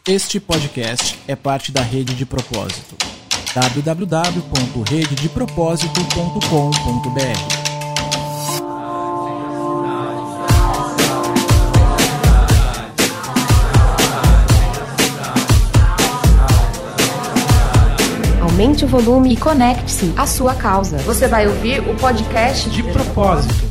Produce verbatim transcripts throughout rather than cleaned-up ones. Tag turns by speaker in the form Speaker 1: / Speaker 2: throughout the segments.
Speaker 1: Este podcast é parte da Rede de Propósito. w w w ponto rede de propósito ponto com ponto b r
Speaker 2: Aumente o volume e conecte-se à sua causa. Você vai ouvir o podcast
Speaker 1: de propósito.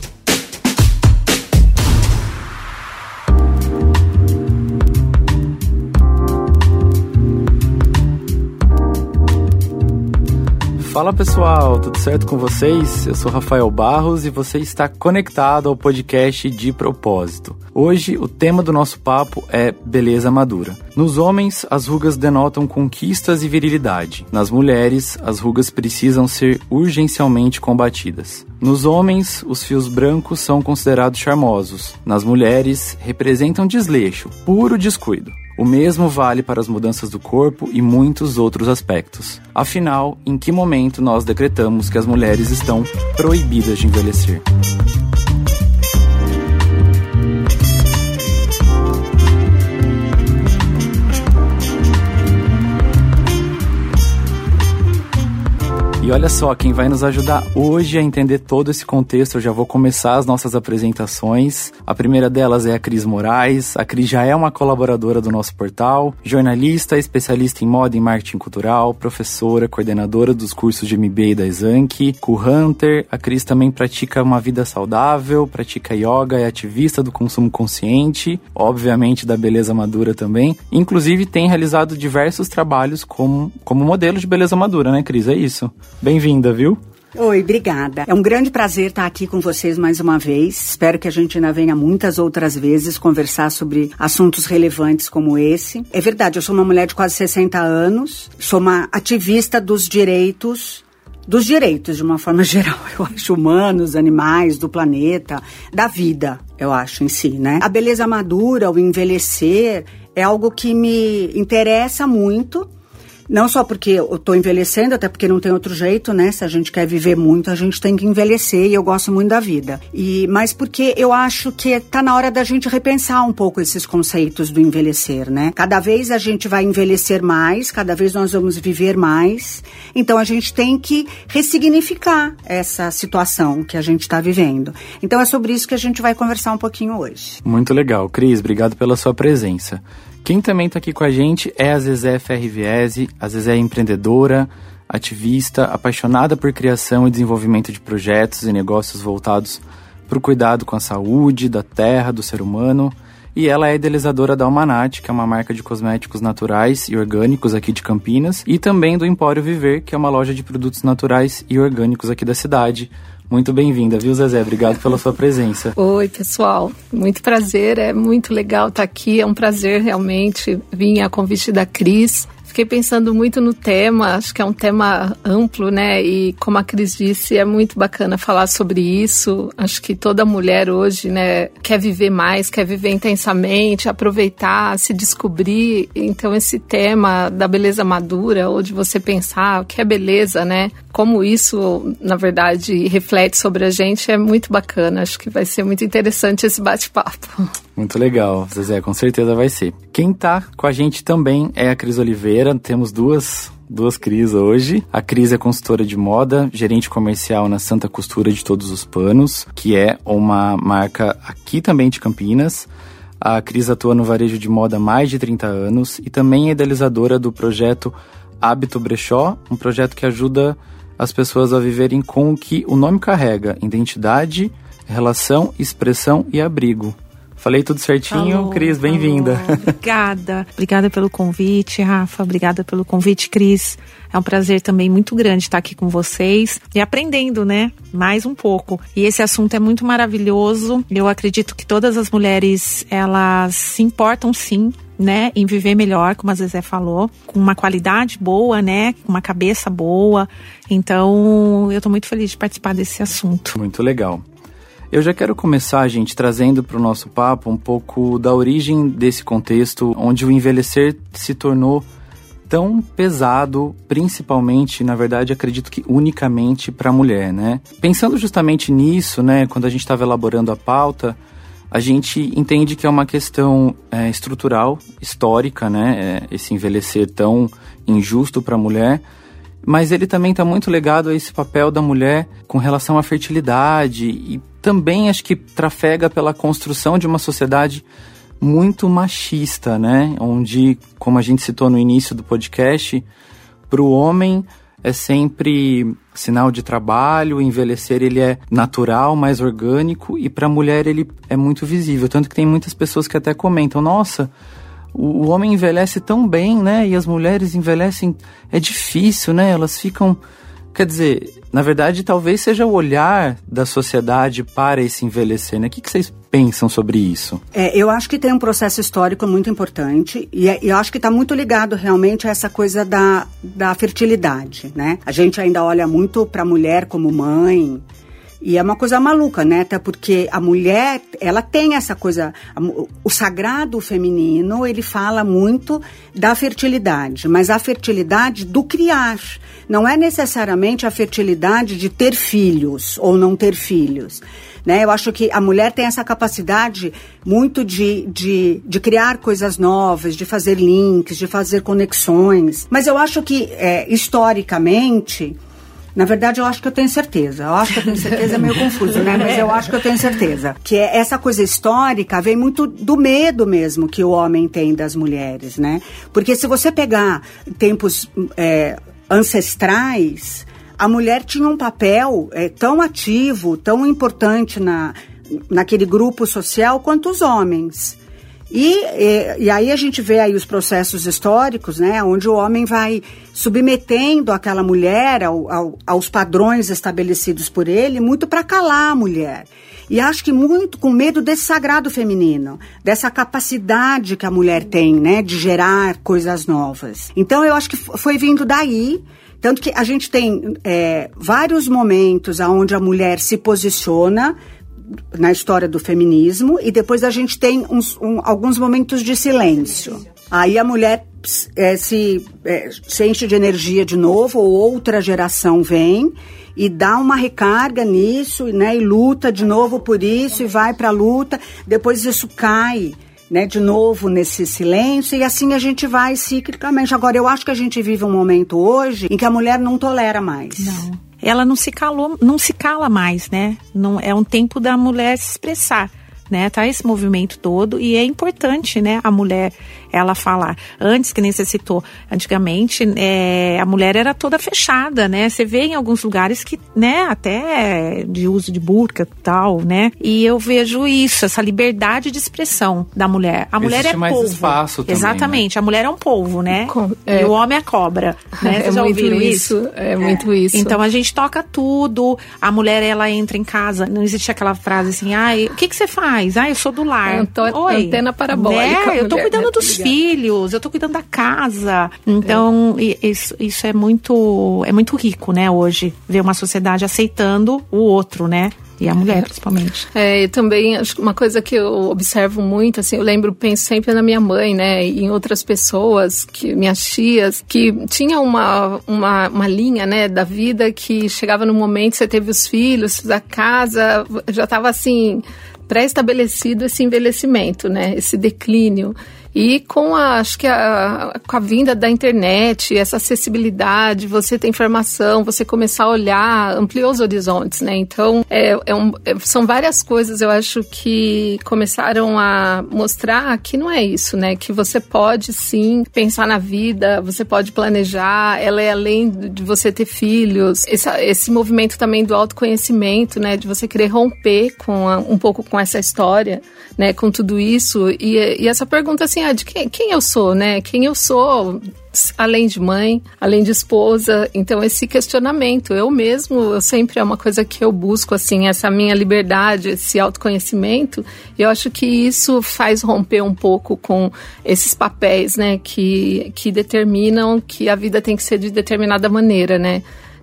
Speaker 3: Fala pessoal, tudo certo com vocês? Eu sou Rafael Barros e você está conectado ao podcast de propósito. Hoje o tema do nosso papo é beleza madura. Nos homens, as rugas denotam conquistas e virilidade. Nas mulheres, as rugas precisam ser urgencialmente combatidas. Nos homens, os fios brancos são considerados charmosos. Nas mulheres, representam desleixo, puro descuido. O mesmo vale para as mudanças do corpo e muitos outros aspectos. Afinal, em que momento nós decretamos que as mulheres estão proibidas de envelhecer? E olha só, quem vai nos ajudar hoje a entender todo esse contexto, eu já vou começar as nossas apresentações. A primeira delas é a Cris Moraes. A Cris já é uma colaboradora do nosso portal, jornalista, especialista em moda e marketing cultural, professora, coordenadora dos cursos de M B A da Exanc, co-hunter. A Cris também pratica uma vida saudável, pratica yoga, é ativista do consumo consciente, obviamente da beleza madura também. Inclusive tem realizado diversos trabalhos como, como modelo de beleza madura, né, Cris? É isso. Bem-vinda, viu?
Speaker 4: Oi, obrigada. É um grande prazer estar aqui com vocês mais uma vez. Espero que a gente ainda venha muitas outras vezes conversar sobre assuntos relevantes como esse. É verdade, eu sou uma mulher de quase sessenta anos, sou uma ativista dos direitos, dos direitos de uma forma geral, eu acho, humanos, animais, do planeta, da vida, eu acho, em si, né? A beleza madura, o envelhecer, é algo que me interessa muito. Não só porque eu estou envelhecendo, até porque não tem outro jeito, né? Se a gente quer viver muito, a gente tem que envelhecer e eu gosto muito da vida. E, mas porque eu acho que está na hora da gente repensar um pouco esses conceitos do envelhecer, né? Cada vez a gente vai envelhecer mais, cada vez nós vamos viver mais. Então a gente tem que ressignificar essa situação que a gente está vivendo. Então é sobre isso que a gente vai conversar um pouquinho hoje.
Speaker 3: Muito legal. Cris, obrigado pela sua presença. Quem também está aqui com a gente é a Zezé Ferriviese. A Zezé é empreendedora, ativista, apaixonada por criação e desenvolvimento de projetos e negócios voltados para o cuidado com a saúde, da terra, do ser humano. E ela é idealizadora da Almanat, que é uma marca de cosméticos naturais e orgânicos aqui de Campinas, e também do Empório Viver, que é uma loja de produtos naturais e orgânicos aqui da cidade. Muito bem-vinda, viu, Zezé? Obrigado pela sua presença.
Speaker 5: Oi, pessoal. Muito prazer, é muito legal estar aqui. É um prazer, realmente, vir a convite da Cris. Fiquei pensando muito no tema, acho que é um tema amplo, né? E como a Cris disse, é muito bacana falar sobre isso. Acho que toda mulher hoje, né, quer viver mais, quer viver intensamente, aproveitar, se descobrir. Então esse tema da beleza madura, ou de você pensar o que é beleza, né? Como isso, na verdade, reflete sobre a gente, é muito bacana. Acho que vai ser muito interessante esse bate-papo.
Speaker 3: Muito legal, Zezé, com certeza vai ser. Quem tá com a gente também é a Cris Oliveira. Temos duas, duas Cris hoje. A Cris é consultora de moda, gerente comercial na Santa Costura de Todos os Panos, que é uma marca aqui também de Campinas. A Cris atua no varejo de moda há mais de trinta anos e também é idealizadora do projeto Hábito Brechó, um projeto que ajuda as pessoas a viverem com o que o nome carrega: identidade, relação, expressão e abrigo. Falei tudo certinho, falou, Cris, bem-vinda.
Speaker 6: Obrigada, obrigada pelo convite, Rafa, obrigada pelo convite, Cris. É um prazer também muito grande estar aqui com vocês e aprendendo, né, mais um pouco. E esse assunto é muito maravilhoso. Eu acredito que todas as mulheres, elas se importam sim, né, em viver melhor, como a Zezé falou, com uma qualidade boa, né, com uma cabeça boa. Então, eu tô muito feliz de participar desse assunto.
Speaker 3: Muito legal. Eu já quero começar, gente, trazendo para o nosso papo um pouco da origem desse contexto, onde o envelhecer se tornou tão pesado, principalmente, na verdade, acredito que unicamente para a mulher, né? Pensando justamente nisso, né, quando a gente estava elaborando a pauta, a gente entende que é uma questão é, estrutural, histórica, né? É, esse envelhecer tão injusto para a mulher, mas ele também está muito ligado a esse papel da mulher com relação à fertilidade e também acho que trafega pela construção de uma sociedade muito machista, né? Onde, como a gente citou no início do podcast, para o homem é sempre sinal de trabalho, envelhecer ele é natural, mais orgânico, e para a mulher ele é muito visível. Tanto que tem muitas pessoas que até comentam, nossa, o, o homem envelhece tão bem, né? E as mulheres envelhecem, é difícil, né? Elas ficam... Quer dizer, na verdade, talvez seja o olhar da sociedade para esse envelhecer, né? O que, que vocês pensam sobre isso?
Speaker 4: É, eu acho que tem um processo histórico muito importante e, é, e eu acho que está muito ligado realmente a essa coisa da, da fertilidade, né? A gente ainda olha muito para a mulher como mãe e é uma coisa maluca, né? Até porque a mulher, ela tem essa coisa... A, o sagrado feminino, ele fala muito da fertilidade, mas a fertilidade do criar. Não é necessariamente a fertilidade de ter filhos ou não ter filhos. Né? Eu acho que a mulher tem essa capacidade muito de, de, de criar coisas novas, de fazer links, de fazer conexões. Mas eu acho que, é, historicamente... Na verdade, eu acho que eu tenho certeza. Eu acho que eu tenho certeza, é meio confuso, né? Mas eu acho que eu tenho certeza. Que é essa coisa histórica vem muito do medo mesmo que o homem tem das mulheres, né? Porque se você pegar tempos é, ancestrais, a mulher tinha um papel é, tão ativo, tão importante na, naquele grupo social quanto os homens. E, e, e aí a gente vê aí os processos históricos, né, onde o homem vai submetendo aquela mulher ao, ao, aos padrões estabelecidos por ele, muito para calar a mulher. E acho que muito com medo desse sagrado feminino, dessa capacidade que a mulher tem, né, de gerar coisas novas. Então eu acho que foi vindo daí. Tanto que a gente tem é, vários momentos onde a mulher se posiciona na história do feminismo, e depois a gente tem uns, um, alguns momentos de silêncio. Aí a mulher é, se, é, se enche de energia de novo, ou outra geração vem e dá uma recarga nisso, né, e luta de novo por isso, e vai para a luta, depois isso cai, né, de novo nesse silêncio, e assim a gente vai ciclicamente. Agora, eu acho que a gente vive um momento hoje em que a mulher não tolera mais.
Speaker 6: Não. Ela não se calou, não se cala mais, né? Não, é um tempo da mulher se expressar, né? Tá esse movimento todo, e é importante, né, a mulher, ela falar. Antes, que nem você citou, antigamente, é, a mulher era toda fechada, né? Você vê em alguns lugares que, né, até de uso de burca e tal, né? E eu vejo isso, essa liberdade de expressão da mulher. A mulher
Speaker 3: Existe
Speaker 6: é
Speaker 3: mais
Speaker 6: polvo.
Speaker 3: Espaço também,
Speaker 6: exatamente, né? A mulher é um polvo, né?
Speaker 5: É.
Speaker 6: E o homem é cobra, né? Vocês
Speaker 5: É
Speaker 6: já
Speaker 5: muito
Speaker 6: ouviram
Speaker 5: isso,
Speaker 6: isso?
Speaker 5: é muito isso.
Speaker 6: Então a gente toca tudo, a mulher, ela entra em casa, não existe aquela frase assim, ai, o que que você faz? Ai, eu sou do lar.
Speaker 5: Anto-
Speaker 6: Oi,
Speaker 5: antena parabólica.
Speaker 6: né? Eu tô
Speaker 5: mulher,
Speaker 6: cuidando
Speaker 5: né?
Speaker 6: dos
Speaker 5: Ligado.
Speaker 6: filhos, eu tô cuidando da casa. Então, é. isso, isso é muito, é muito rico, né, hoje, ver uma sociedade aceitando o outro, né? E a mulher, principalmente.
Speaker 5: É, e também, acho que uma coisa que eu observo muito, assim, eu lembro, penso sempre na minha mãe, né, e em outras pessoas, que, minhas tias, que tinha uma, uma, uma linha, né, da vida que chegava no momento, você teve os filhos, a casa, já estava assim, pré-estabelecido esse envelhecimento, né, esse declínio. E com a, acho que a, com a vinda da internet, essa acessibilidade, você ter informação, você começar a olhar, ampliou os horizontes, né? Então, é, é um, é, são várias coisas, eu acho, que começaram a mostrar que não é isso, né? Que você pode, sim, pensar na vida, você pode planejar, ela é além de você ter filhos. Esse, esse movimento também do autoconhecimento, né? De você querer romper com a, um pouco com essa história, né? Com tudo isso. E, e essa pergunta, assim, de quem, quem eu sou, né? Quem eu sou, além de mãe, além de esposa. Então, esse questionamento, eu mesmo, eu sempre é uma coisa que eu busco, assim, essa minha liberdade, esse autoconhecimento. E eu acho que isso faz romper um pouco com esses papéis, né? Que, que determinam que a vida tem que ser de determinada maneira, né?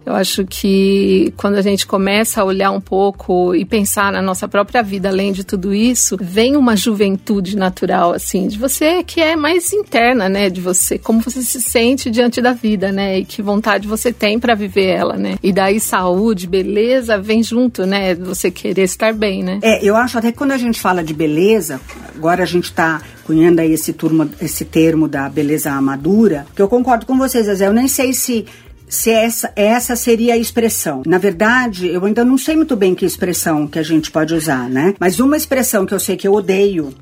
Speaker 5: Eu acho que quando a gente começa a olhar um pouco e pensar na nossa própria vida, além de tudo isso, vem uma juventude natural, assim, de você que é mais interna, né? De você, como você se sente diante da vida, né? E que vontade você tem para viver ela, né? E daí saúde, beleza, vem junto, né? Você querer estar bem, né?
Speaker 4: É, eu acho até que quando a gente fala de beleza, agora a gente tá cunhando aí esse, turma, esse termo da beleza madura, que eu concordo com vocês, Zezé, eu nem sei se se essa, essa seria a expressão. Na verdade, eu ainda não sei muito bem que expressão que a gente pode usar, né? Mas uma expressão que eu sei que eu odeio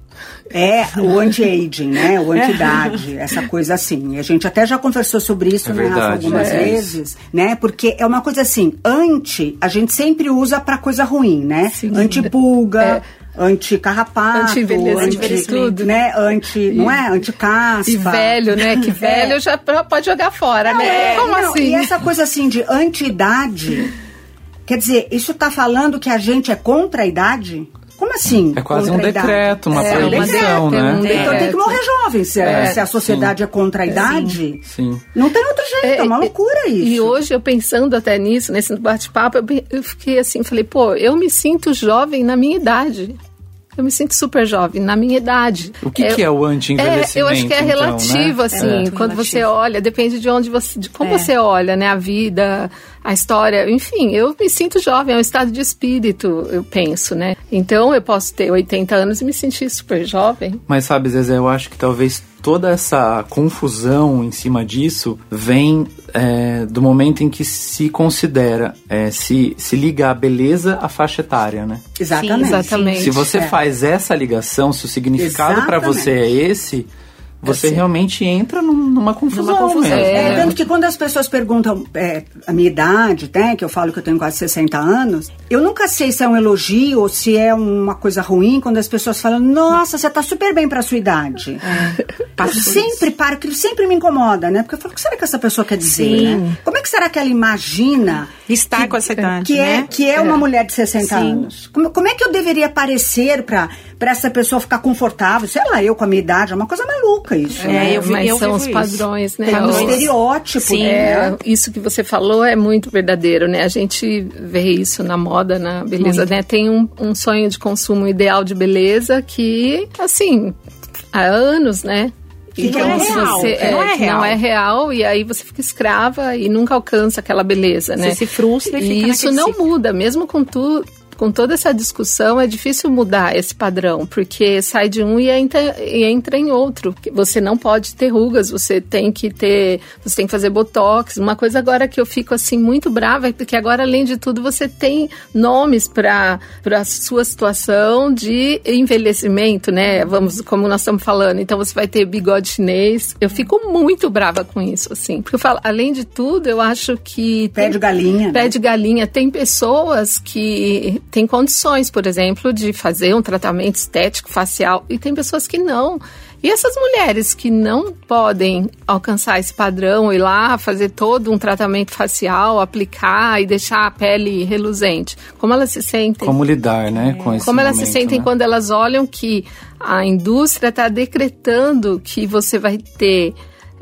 Speaker 4: é o anti-aging, né? O anti-idade, essa coisa assim. E a gente até já conversou sobre isso,
Speaker 3: é
Speaker 4: né,
Speaker 3: verdade,
Speaker 4: Rafa, algumas
Speaker 3: é
Speaker 4: vezes, né? Porque é uma coisa assim, anti, a gente sempre usa pra coisa ruim, né?
Speaker 5: Sim.
Speaker 4: Anti-pulga,
Speaker 5: É.
Speaker 4: anti-carrapato,
Speaker 5: Anti-envelhecimento,
Speaker 4: anti, né? Anti, não é? Anti-caspa.
Speaker 5: E velho, né? Que velho
Speaker 4: É.
Speaker 5: já pode jogar fora,
Speaker 4: Não,
Speaker 5: né?
Speaker 4: é,
Speaker 5: Como
Speaker 4: não,
Speaker 5: assim?
Speaker 4: E essa coisa assim de anti-idade, quer dizer, isso tá falando que a gente é contra a idade? Como assim?
Speaker 3: É quase um
Speaker 4: contra a idade?
Speaker 3: decreto, uma
Speaker 4: É,
Speaker 3: proibição,
Speaker 5: um decreto,
Speaker 3: né?
Speaker 5: é um
Speaker 4: Então tem que
Speaker 5: decreto.
Speaker 4: morrer jovem, se,
Speaker 5: É,
Speaker 4: se a sociedade
Speaker 3: sim.
Speaker 4: é contra a idade.
Speaker 3: Sim.
Speaker 4: Não tem outro jeito, é, uma loucura isso.
Speaker 5: E hoje, eu pensando até nisso, nesse bate-papo, eu, pe- eu fiquei assim, falei, pô, eu me sinto jovem na minha idade. Eu me sinto super jovem na minha idade.
Speaker 3: O que é, que é o anti-envelhecimento?
Speaker 5: É, eu acho que é
Speaker 3: então,
Speaker 5: relativo,
Speaker 3: né?
Speaker 5: assim,
Speaker 3: É.
Speaker 5: quando
Speaker 4: relativo.
Speaker 5: você olha, depende de onde você, de como
Speaker 4: É.
Speaker 5: você olha, né, a vida, a história, enfim, eu me sinto jovem, é um estado de espírito, eu penso, né. Então, eu posso ter oitenta anos e me sentir super jovem.
Speaker 3: Mas sabe, Zezé, eu acho que talvez toda essa confusão em cima disso vem é, do momento em que se considera, é, se, se liga a beleza à faixa etária, né?
Speaker 4: Exatamente.
Speaker 5: Sim, exatamente.
Speaker 3: Se você
Speaker 4: É.
Speaker 3: faz essa ligação, se o significado para
Speaker 4: Exatamente.
Speaker 3: você é esse, você
Speaker 4: Assim.
Speaker 3: realmente entra num- numa confusão.
Speaker 5: Numa confusão.
Speaker 3: mesmo.
Speaker 4: É,
Speaker 5: É.
Speaker 4: tanto que quando as pessoas perguntam é, a minha idade, né, que eu falo que eu tenho quase sessenta anos, eu nunca sei se é um elogio ou se é uma coisa ruim quando as pessoas falam, nossa, você tá super bem pra sua idade.
Speaker 5: É.
Speaker 4: Eu sempre paro, aquilo sempre me incomoda, né? Porque eu falo, o que será que essa pessoa quer dizer,
Speaker 6: Sim.
Speaker 4: né? Como é que será que ela imagina
Speaker 6: Estar com essa idade,
Speaker 4: que,
Speaker 6: né?
Speaker 4: é, que é uma mulher de sessenta
Speaker 6: Sim.
Speaker 4: anos? Como, como é que eu deveria parecer pra, pra essa pessoa ficar confortável? Sei lá, eu com a minha idade, é uma coisa maluca isso,
Speaker 6: É,
Speaker 4: né?
Speaker 6: eu vi-
Speaker 5: Mas
Speaker 6: eu
Speaker 5: são
Speaker 6: vivo
Speaker 5: os
Speaker 6: isso.
Speaker 5: padrões, né?
Speaker 4: Tem um
Speaker 5: Os-
Speaker 4: estereótipo,
Speaker 5: Sim,
Speaker 4: né?
Speaker 5: é, isso que você falou é muito verdadeiro, né? A gente vê isso na moda, na beleza, né? Tem um, um sonho de consumo ideal de beleza que, assim, há anos, né?
Speaker 6: Que não é
Speaker 5: se
Speaker 6: real,
Speaker 5: você,
Speaker 6: que não é
Speaker 5: que não
Speaker 6: real.
Speaker 5: é real, e aí você fica escrava e nunca alcança aquela beleza, né?
Speaker 6: Você se frustra e fica
Speaker 5: E isso
Speaker 6: naquele
Speaker 5: não
Speaker 6: ciclo.
Speaker 5: muda, mesmo com tudo. Com toda essa discussão, é difícil mudar esse padrão, porque sai de um e entra, e entra em outro. Você não pode ter rugas, você tem que ter, você tem que fazer botox. Uma coisa agora que eu fico assim muito brava é porque agora, além de tudo, você tem nomes para a sua situação de envelhecimento, né? Vamos, como nós estamos falando. Então você vai ter bigode chinês. Eu fico muito brava com isso, assim, porque eu falo, além de tudo, eu acho que
Speaker 4: Pé
Speaker 5: tem-
Speaker 4: de galinha.
Speaker 5: Pé
Speaker 4: né?
Speaker 5: de galinha. Tem pessoas que têm condições, por exemplo, de fazer um tratamento estético facial e tem pessoas que não. E essas mulheres que não podem alcançar esse padrão, ir lá fazer todo um tratamento facial, aplicar e deixar a pele reluzente, como elas se sentem?
Speaker 3: Como lidar, né, com esse
Speaker 5: Como elas se
Speaker 3: momento,
Speaker 5: sentem
Speaker 3: né?
Speaker 5: quando elas olham que a indústria está decretando que você vai ter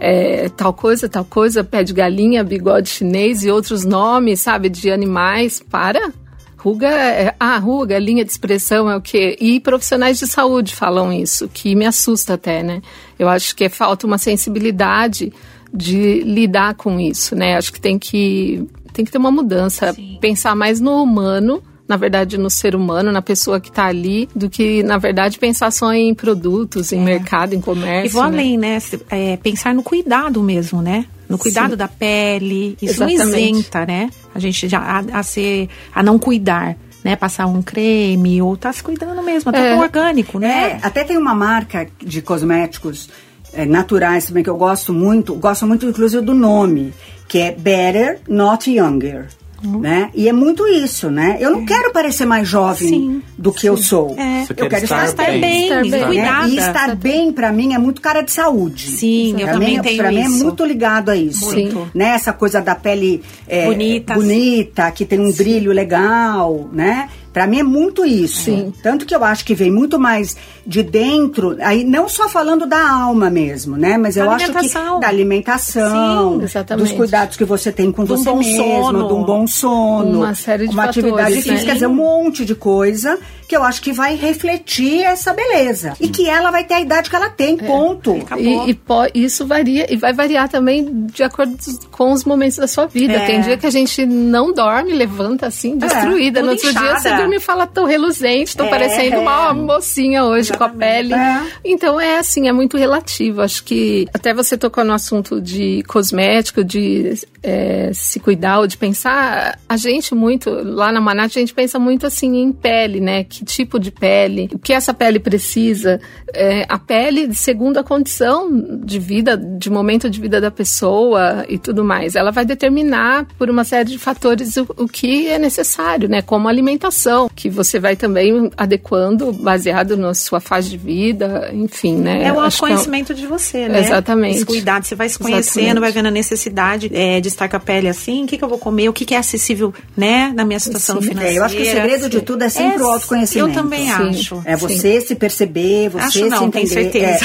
Speaker 5: é, tal coisa, tal coisa, pé de galinha, bigode chinês e outros nomes, sabe, de animais. Para! Ruga, é, ah, ruga, linha de expressão é o quê? E profissionais de saúde falam isso, que me assusta até, né? Eu acho que falta uma sensibilidade de lidar com isso, né? Acho que tem que, tem que ter uma mudança,
Speaker 6: Sim.
Speaker 5: pensar mais no humano, na verdade no ser humano, na pessoa que está ali, do que, na verdade, pensar só em produtos, em mercado, em comércio.
Speaker 6: E vou
Speaker 5: né?
Speaker 6: além, né? Se- é, pensar no cuidado mesmo, né? No cuidado
Speaker 5: Sim.
Speaker 6: da pele. Isso não
Speaker 5: Exatamente.
Speaker 6: isenta, né? A gente já a, a ser, a não cuidar, né? Passar um creme ou tá se cuidando mesmo, até
Speaker 5: É.
Speaker 6: com orgânico, né?
Speaker 4: É, até tem uma marca de cosméticos é, naturais também que eu gosto muito, gosto muito inclusive do nome, que é Better Not Younger.
Speaker 6: Uhum.
Speaker 4: Né? E é muito isso, né? Eu não quero parecer mais jovem
Speaker 6: Sim,
Speaker 4: do que eu sou.
Speaker 6: É.
Speaker 3: Você
Speaker 4: Eu
Speaker 3: quer
Speaker 4: quero
Speaker 3: estar
Speaker 4: estar,
Speaker 3: bem.
Speaker 6: bem,
Speaker 5: Estar bem.
Speaker 4: né?
Speaker 6: cuidada.
Speaker 4: E estar bem, pra mim, é muito cara de saúde.
Speaker 6: Sim, eu
Speaker 4: Pra
Speaker 6: também
Speaker 4: mim,
Speaker 6: tenho
Speaker 4: pra mim é
Speaker 6: isso.
Speaker 4: muito ligado a isso.
Speaker 5: Muito.
Speaker 4: Né? Essa coisa da pele é,
Speaker 6: Bonita.
Speaker 4: bonita, que tem um brilho legal, né? Pra mim é muito isso.
Speaker 5: Sim.
Speaker 4: Tanto que eu acho que vem muito mais de dentro, aí não só falando da alma mesmo, né? Mas eu acho que da alimentação,
Speaker 5: Sim,
Speaker 4: dos cuidados que você tem com
Speaker 6: de um
Speaker 4: você
Speaker 6: bom
Speaker 4: mesmo,
Speaker 6: sono.
Speaker 4: de um bom sono,
Speaker 5: uma série de
Speaker 4: uma
Speaker 5: fatores,
Speaker 4: atividade
Speaker 5: né?
Speaker 4: física, quer dizer, um monte de coisa que eu acho que vai refletir essa beleza. E que ela vai ter a idade que ela tem, ponto.
Speaker 5: É. E, e pô, isso varia, e vai variar também de acordo com os momentos da sua vida.
Speaker 6: É.
Speaker 5: Tem dia que a gente não dorme, levanta assim, destruída.
Speaker 6: É,
Speaker 5: no outro
Speaker 6: inchada.
Speaker 5: dia você dorme e fala, tô reluzente, tô
Speaker 6: É.
Speaker 5: parecendo uma mocinha hoje. Exatamente. Com a pele.
Speaker 4: É.
Speaker 5: Então é assim, é muito relativo. Acho que até você tocou no assunto de cosmético, de é, se cuidar ou de pensar. A gente muito, lá na Manat, a gente pensa muito assim em pele, né? Que tipo de pele, o que essa pele precisa. É, a pele, segundo a condição de vida, de momento de vida da pessoa e tudo mais, ela vai determinar por uma série de fatores o, o que é necessário, né? Como alimentação, que você vai também adequando baseado na sua fase de vida, enfim, né?
Speaker 6: É o
Speaker 5: Acho
Speaker 6: autoconhecimento é... de você, né?
Speaker 5: Exatamente.
Speaker 6: Esse cuidado, você vai se conhecendo, Exatamente. Vai vendo a necessidade é, de estar com a pele assim, o que, que eu vou comer, o que, que é acessível, né? Na minha situação Sim. financeira.
Speaker 4: É, eu acho que o segredo de tudo é sempre é, o autoconhecimento.
Speaker 6: Eu também
Speaker 5: Sim.
Speaker 6: acho.
Speaker 4: É você Sim. se perceber, você
Speaker 6: acho não,
Speaker 4: se entender.
Speaker 6: Tenho certeza.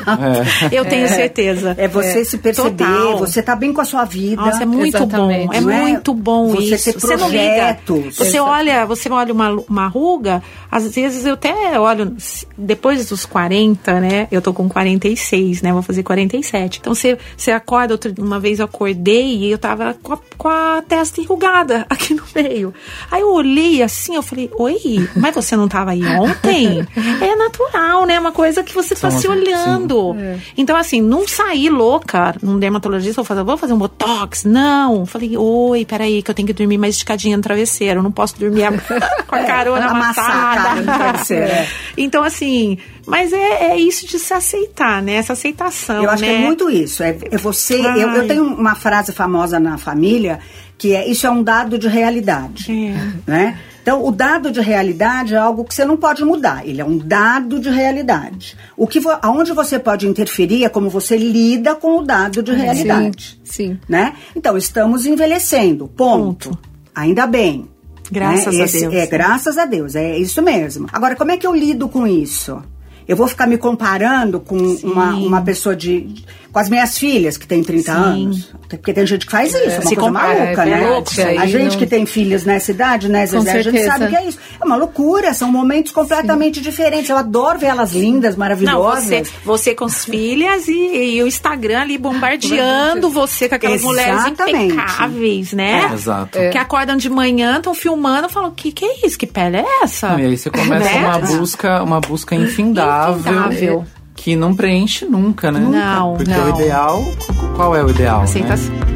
Speaker 4: É,
Speaker 6: é. Eu tenho certeza.
Speaker 4: É você
Speaker 6: é.
Speaker 4: se perceber,
Speaker 6: Total.
Speaker 4: Você tá bem com a sua vida.
Speaker 6: Nossa, é muito
Speaker 5: Exatamente.
Speaker 6: bom. É, é muito bom
Speaker 4: você
Speaker 6: isso.
Speaker 4: Ter
Speaker 6: você não liga. Você
Speaker 4: Exatamente.
Speaker 6: olha, você olha uma, uma ruga, às vezes eu até olho, depois dos quarenta, né? Eu tô com quarenta e seis, né? Vou fazer quarenta e sete. Então você, você acorda, outra, uma vez eu acordei e eu tava com a, com a testa enrugada aqui no meio. Aí eu olhei assim, eu falei, oi, mas você não tava aí ontem? É natural, né? Uma coisa que você tá São se olhando. É. Então, assim, não sair louca num dermatologista, vou fazer, vou fazer um botox. Não. Falei, oi, peraí, que eu tenho que dormir mais esticadinha no travesseiro. Eu não posso dormir a, com a carona amassada.
Speaker 4: É.
Speaker 6: Então, assim, mas é, é isso de se aceitar, né? Essa aceitação,
Speaker 4: Eu acho
Speaker 6: né?
Speaker 4: que é muito isso. É, é você... Eu, eu tenho uma frase famosa na família que é, isso é um dado de realidade. É. Né? Então, o dado de realidade é algo que você não pode mudar. Ele é um dado de realidade. O que, aonde você pode interferir é como você lida com o dado de realidade.
Speaker 5: Sim, sim.
Speaker 4: Né? Então, estamos envelhecendo. Ponto. Ponto. Ainda bem.
Speaker 6: Graças
Speaker 4: né?
Speaker 6: a
Speaker 4: Esse,
Speaker 6: Deus.
Speaker 4: É, graças a Deus. É isso mesmo. Agora, como é que eu lido com isso? Eu vou ficar me comparando com uma, uma pessoa de... com as minhas filhas, que têm trinta Sim. anos. Porque tem gente que faz isso, é uma
Speaker 6: Se
Speaker 4: coisa
Speaker 6: compara,
Speaker 4: maluca,
Speaker 6: é,
Speaker 4: né?
Speaker 6: é louco,
Speaker 4: a gente
Speaker 5: não...
Speaker 4: que tem filhos nessa idade, né, Zezé, a gente sabe que é isso. É uma loucura, são momentos completamente Sim. diferentes. Eu adoro ver elas lindas, maravilhosas.
Speaker 6: Não, você, você com as filhas e, e o Instagram ali bombardeando você com aquelas
Speaker 4: Exatamente.
Speaker 6: mulheres impecáveis, né?
Speaker 3: É. Exato.
Speaker 6: Que acordam de manhã, estão filmando, falam, o que, que é isso? Que pele é essa?
Speaker 3: Não, e aí você começa né? uma busca, uma busca infindável.
Speaker 6: Infindável.
Speaker 3: Que não preenche nunca, né?
Speaker 6: Não,
Speaker 3: Porque
Speaker 6: não.
Speaker 3: o ideal, qual é o ideal,
Speaker 6: Aceitação.
Speaker 3: né?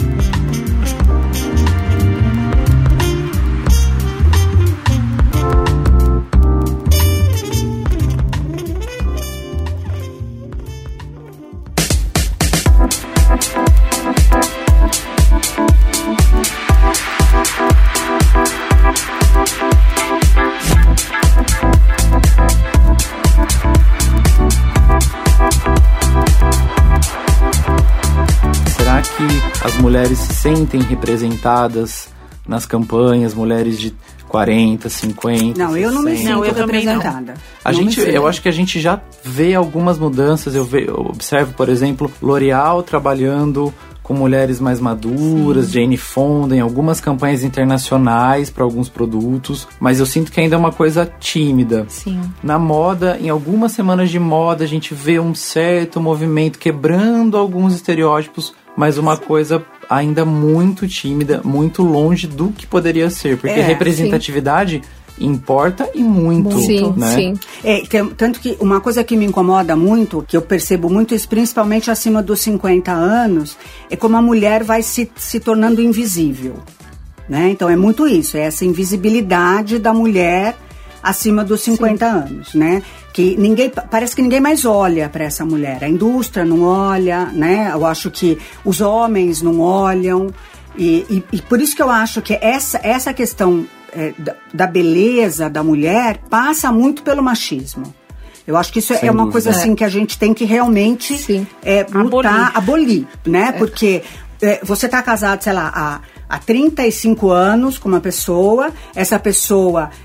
Speaker 3: As mulheres se sentem representadas nas campanhas, mulheres de quarenta, cinquenta,
Speaker 4: Não, eu não me
Speaker 3: sessenta.
Speaker 4: sinto
Speaker 6: eu
Speaker 4: representada.
Speaker 3: A
Speaker 4: não
Speaker 3: gente, eu acho que a gente já vê algumas mudanças. Eu, ve, eu observo, por exemplo, L'Oréal trabalhando com mulheres mais maduras, Sim. Jane Fonda, em algumas campanhas internacionais para alguns produtos, mas eu sinto que ainda é uma coisa tímida.
Speaker 6: Sim.
Speaker 3: Na moda, em algumas semanas de moda, a gente vê um certo movimento quebrando alguns estereótipos, mas uma sim. coisa ainda muito tímida, muito longe do que poderia ser, porque
Speaker 4: é,
Speaker 3: representatividade sim. importa e muito,
Speaker 5: sim,
Speaker 3: né?
Speaker 5: Sim.
Speaker 4: É, que, tanto que uma coisa que me incomoda muito, que eu percebo muito isso, principalmente acima dos cinquenta anos, é como a mulher vai se, se tornando invisível, né? Então é muito isso, é essa invisibilidade da mulher acima dos cinquenta sim. anos, né? Que ninguém, parece que ninguém mais olha para essa mulher. A indústria não olha, né? Eu acho que os homens não olham. E, e, e por isso que eu acho que essa, essa questão é, da, da beleza da mulher passa muito pelo machismo. Eu acho que isso Sem é uma dúvida. coisa assim que a gente tem que realmente é, lutar, abolir, abolir né? É. Porque é, você está casado, sei lá, há, há trinta e cinco anos com uma pessoa, essa pessoa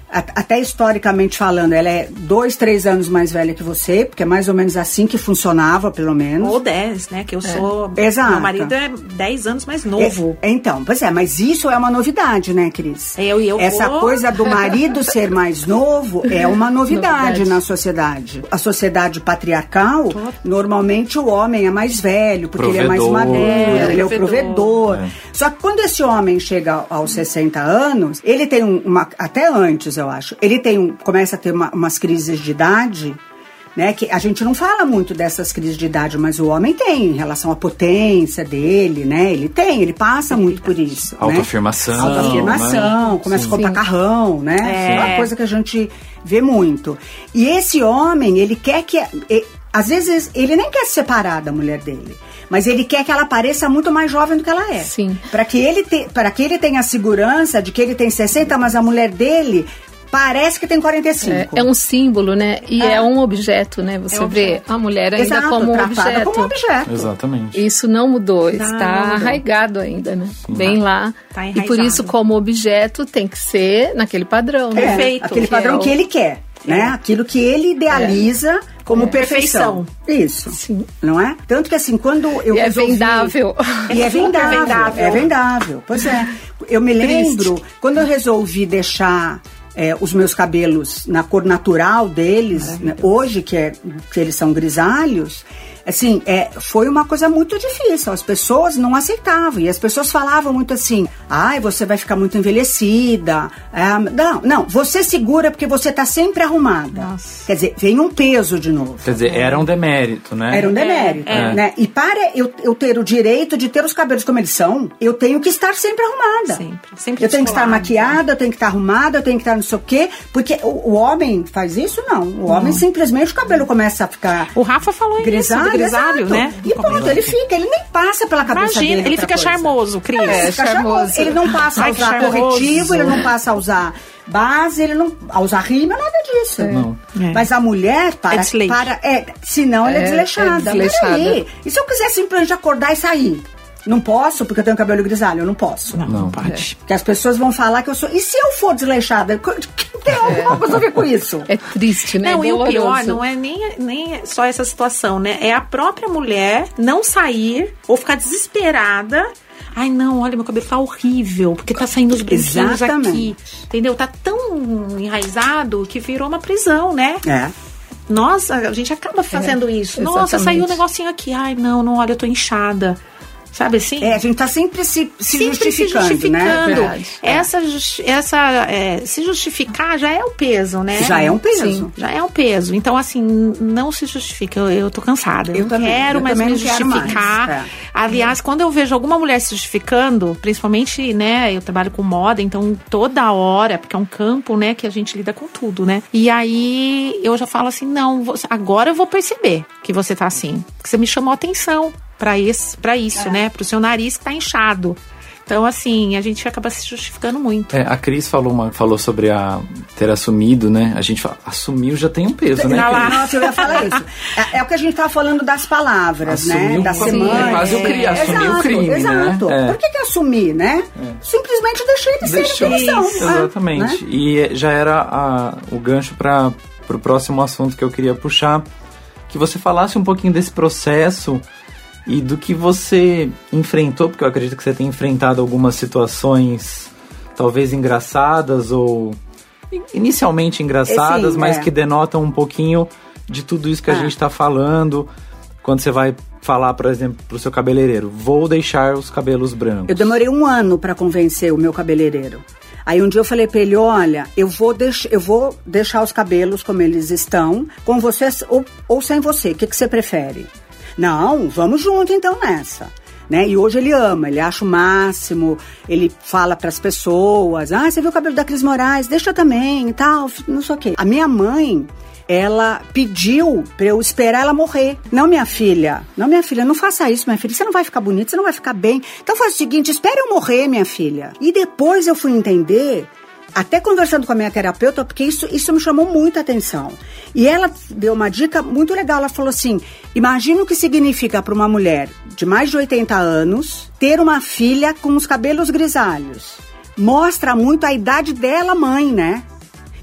Speaker 4: até historicamente falando, ela é dois, três anos mais velha que você, porque é mais ou menos assim que funcionava, pelo menos.
Speaker 6: Ou dez, né? Que eu é. sou...
Speaker 4: Exato.
Speaker 6: Meu marido é dez anos mais novo.
Speaker 4: É, então, pois é, mas isso é uma novidade, né, Cris?
Speaker 6: Eu e eu
Speaker 4: Essa
Speaker 6: vou...
Speaker 4: coisa do marido ser mais novo é uma novidade, novidade na sociedade. A sociedade patriarcal, Tô. normalmente o homem é mais velho, porque provedor. ele é mais maduro, é, ele é o provedor. É. Só que quando esse homem chega aos sessenta anos, ele tem uma... Até antes, eu acho. Ele tem um, começa a ter uma, umas crises de idade, né? Que a gente não fala muito dessas crises de idade, mas o homem tem em relação à potência dele, né? Ele tem, ele passa muito por isso.
Speaker 3: Autoafirmação.
Speaker 4: Né? Autoafirmação, né? Começa Sim. a comprar carrão, né? É. é uma coisa que a gente vê muito. E esse homem, ele quer que... Ele, às vezes, ele nem quer se separar da mulher dele, mas ele quer que ela pareça muito mais jovem do que ela é.
Speaker 5: Sim.
Speaker 4: Para que ele te, para que ele tenha a segurança de que ele tem sessenta, mas a mulher dele parece que tem quarenta e cinco.
Speaker 5: É, é um símbolo, né? E é, é um objeto, né? Você é vê a mulher ainda
Speaker 4: Exato,
Speaker 5: como um
Speaker 4: objeto. como objeto.
Speaker 3: Exatamente.
Speaker 5: Isso não mudou, não, está não mudou. arraigado ainda, né? Sim. Bem lá. Tá e por isso, como objeto, tem que ser naquele padrão.
Speaker 4: É,
Speaker 5: perfeito.
Speaker 4: Aquele padrão que, é o... que ele quer, né? Aquilo que ele idealiza... É. Como é. perfeição. Isso. Sim. Não é? Tanto que assim, quando eu
Speaker 5: e
Speaker 4: resolvi...
Speaker 5: é vendável.
Speaker 4: E é vendável. vendável. É vendável. Pois é. Eu me lembro, Triste. quando eu resolvi deixar é, os meus cabelos na cor natural deles, né, hoje que, é, que eles são grisalhos, assim, é, foi uma coisa muito difícil. As pessoas não aceitavam. E as pessoas falavam muito assim, ai, você vai ficar muito envelhecida. É, não, não, você segura porque você tá sempre arrumada. Nossa. Quer dizer, vem um peso de novo.
Speaker 3: Quer dizer, era um demérito, né?
Speaker 4: Era um demérito,
Speaker 5: é, é.
Speaker 4: né? E para eu, eu ter o direito de ter os cabelos como eles são, eu tenho que estar sempre arrumada.
Speaker 6: Sempre. sempre
Speaker 4: eu tenho que estar maquiada, eu tenho que estar arrumada, eu tenho que estar não sei o quê. Porque o, o homem faz isso? Não. O homem não. simplesmente o cabelo começa a ficar...
Speaker 6: O Rafa falou
Speaker 4: grisalho,
Speaker 6: isso. Grisalho, né?
Speaker 4: E ponto, ele fica, ele nem passa pela cabeça
Speaker 6: Imagina,
Speaker 4: dele.
Speaker 6: ele fica
Speaker 4: coisa.
Speaker 6: charmoso, Cris.
Speaker 4: É,
Speaker 6: é,
Speaker 4: fica
Speaker 5: charmoso.
Speaker 4: charmoso. Ele não passa Ai, a usar corretivo, ele não passa a usar base, ele não a usar rima, nada disso.
Speaker 3: É. Não.
Speaker 4: É. Mas a mulher, para...
Speaker 6: É
Speaker 4: para é, senão ela é, é desleixada.
Speaker 5: É desleixada.
Speaker 4: Peraí. E se eu quiser simplesmente acordar e sair? Não posso, porque eu tenho cabelo grisalho, eu não posso.
Speaker 6: Não, não pode.
Speaker 4: Porque as pessoas vão falar que eu sou... E se eu for desleixada? Tem alguma coisa a ver com isso?
Speaker 5: É triste, né?
Speaker 6: Não,
Speaker 5: é
Speaker 6: e o pior não é nem, nem só essa situação, né? É a própria mulher não sair ou ficar desesperada. Ai, não, olha, meu cabelo tá horrível, porque tá saindo os brinquedos aqui. Entendeu? Tá tão enraizado que virou uma prisão, né?
Speaker 4: É.
Speaker 6: Nossa, a gente acaba fazendo é, isso. Exatamente. Nossa, saiu um negocinho aqui. Ai, não, não, olha, eu tô inchada. Sabe assim?
Speaker 4: É, a gente tá sempre se, se
Speaker 6: sempre
Speaker 4: justificando,
Speaker 6: se justificando.
Speaker 4: Né?
Speaker 6: Essa, essa é, se justificar já é o peso, né?
Speaker 4: Já é um peso.
Speaker 6: Sim, já é um peso. Então, assim, não se justifica. Eu, eu tô cansada. Eu, eu não também, quero
Speaker 4: eu
Speaker 6: mais me justificar.
Speaker 4: Mais. É.
Speaker 6: Aliás, quando eu vejo alguma mulher se justificando, principalmente, né, eu trabalho com moda, então toda hora, porque é um campo, né, que a gente lida com tudo, né? E aí eu já falo assim, não, você, agora eu vou perceber que você tá assim. Que você me chamou a atenção. Pra isso, pra isso é. né? Pro seu nariz que tá inchado. Então, assim, a gente acaba se justificando muito.
Speaker 3: É, a Cris falou, uma, falou sobre a ter assumido, né? A gente fala, assumiu já tem um peso, né?
Speaker 4: Lá, nossa, eu ia falar isso. É, é o que a gente tava falando das palavras,
Speaker 3: assumiu,
Speaker 4: né? Da semana.
Speaker 3: É quase o crime,
Speaker 4: é,
Speaker 3: assumir o crime,
Speaker 4: exato.
Speaker 3: né? É.
Speaker 4: Por que que assumir, né? É. Simplesmente deixei de
Speaker 3: Deixou,
Speaker 4: ser a
Speaker 3: isso, exatamente. Né? E já era a, o gancho para pro próximo assunto que eu queria puxar, que você falasse um pouquinho desse processo e do que você enfrentou, porque eu acredito que você tem enfrentado algumas situações talvez engraçadas ou inicialmente engraçadas, Sim, mas é. que denotam um pouquinho de tudo isso que a ah. gente está falando. Quando você vai falar, por exemplo, pro seu cabeleireiro, vou deixar os cabelos brancos. Eu
Speaker 4: demorei um ano para convencer o meu cabeleireiro. Aí um dia eu falei pra ele, olha, eu vou, deix- eu vou deixar os cabelos como eles estão, com você ou, ou sem você, o que, que você prefere? Não, vamos junto então nessa. Né? E hoje ele ama, ele acha o máximo, ele fala pras pessoas, ah, você viu o cabelo da Cris Moraes? Deixa também e tal, não sei o quê. A minha mãe, ela pediu pra eu esperar ela morrer. Não, minha filha, não, minha filha, não faça isso, minha filha, você não vai ficar bonita, você não vai ficar bem. Então faz o seguinte, espere eu morrer, minha filha. E depois eu fui entender, até conversando com a minha terapeuta, porque isso, isso me chamou muita atenção. E ela deu uma dica muito legal, ela falou assim, imagina o que significa para uma mulher de mais de oitenta anos ter uma filha com os cabelos grisalhos. Mostra muito a idade dela, mãe, né?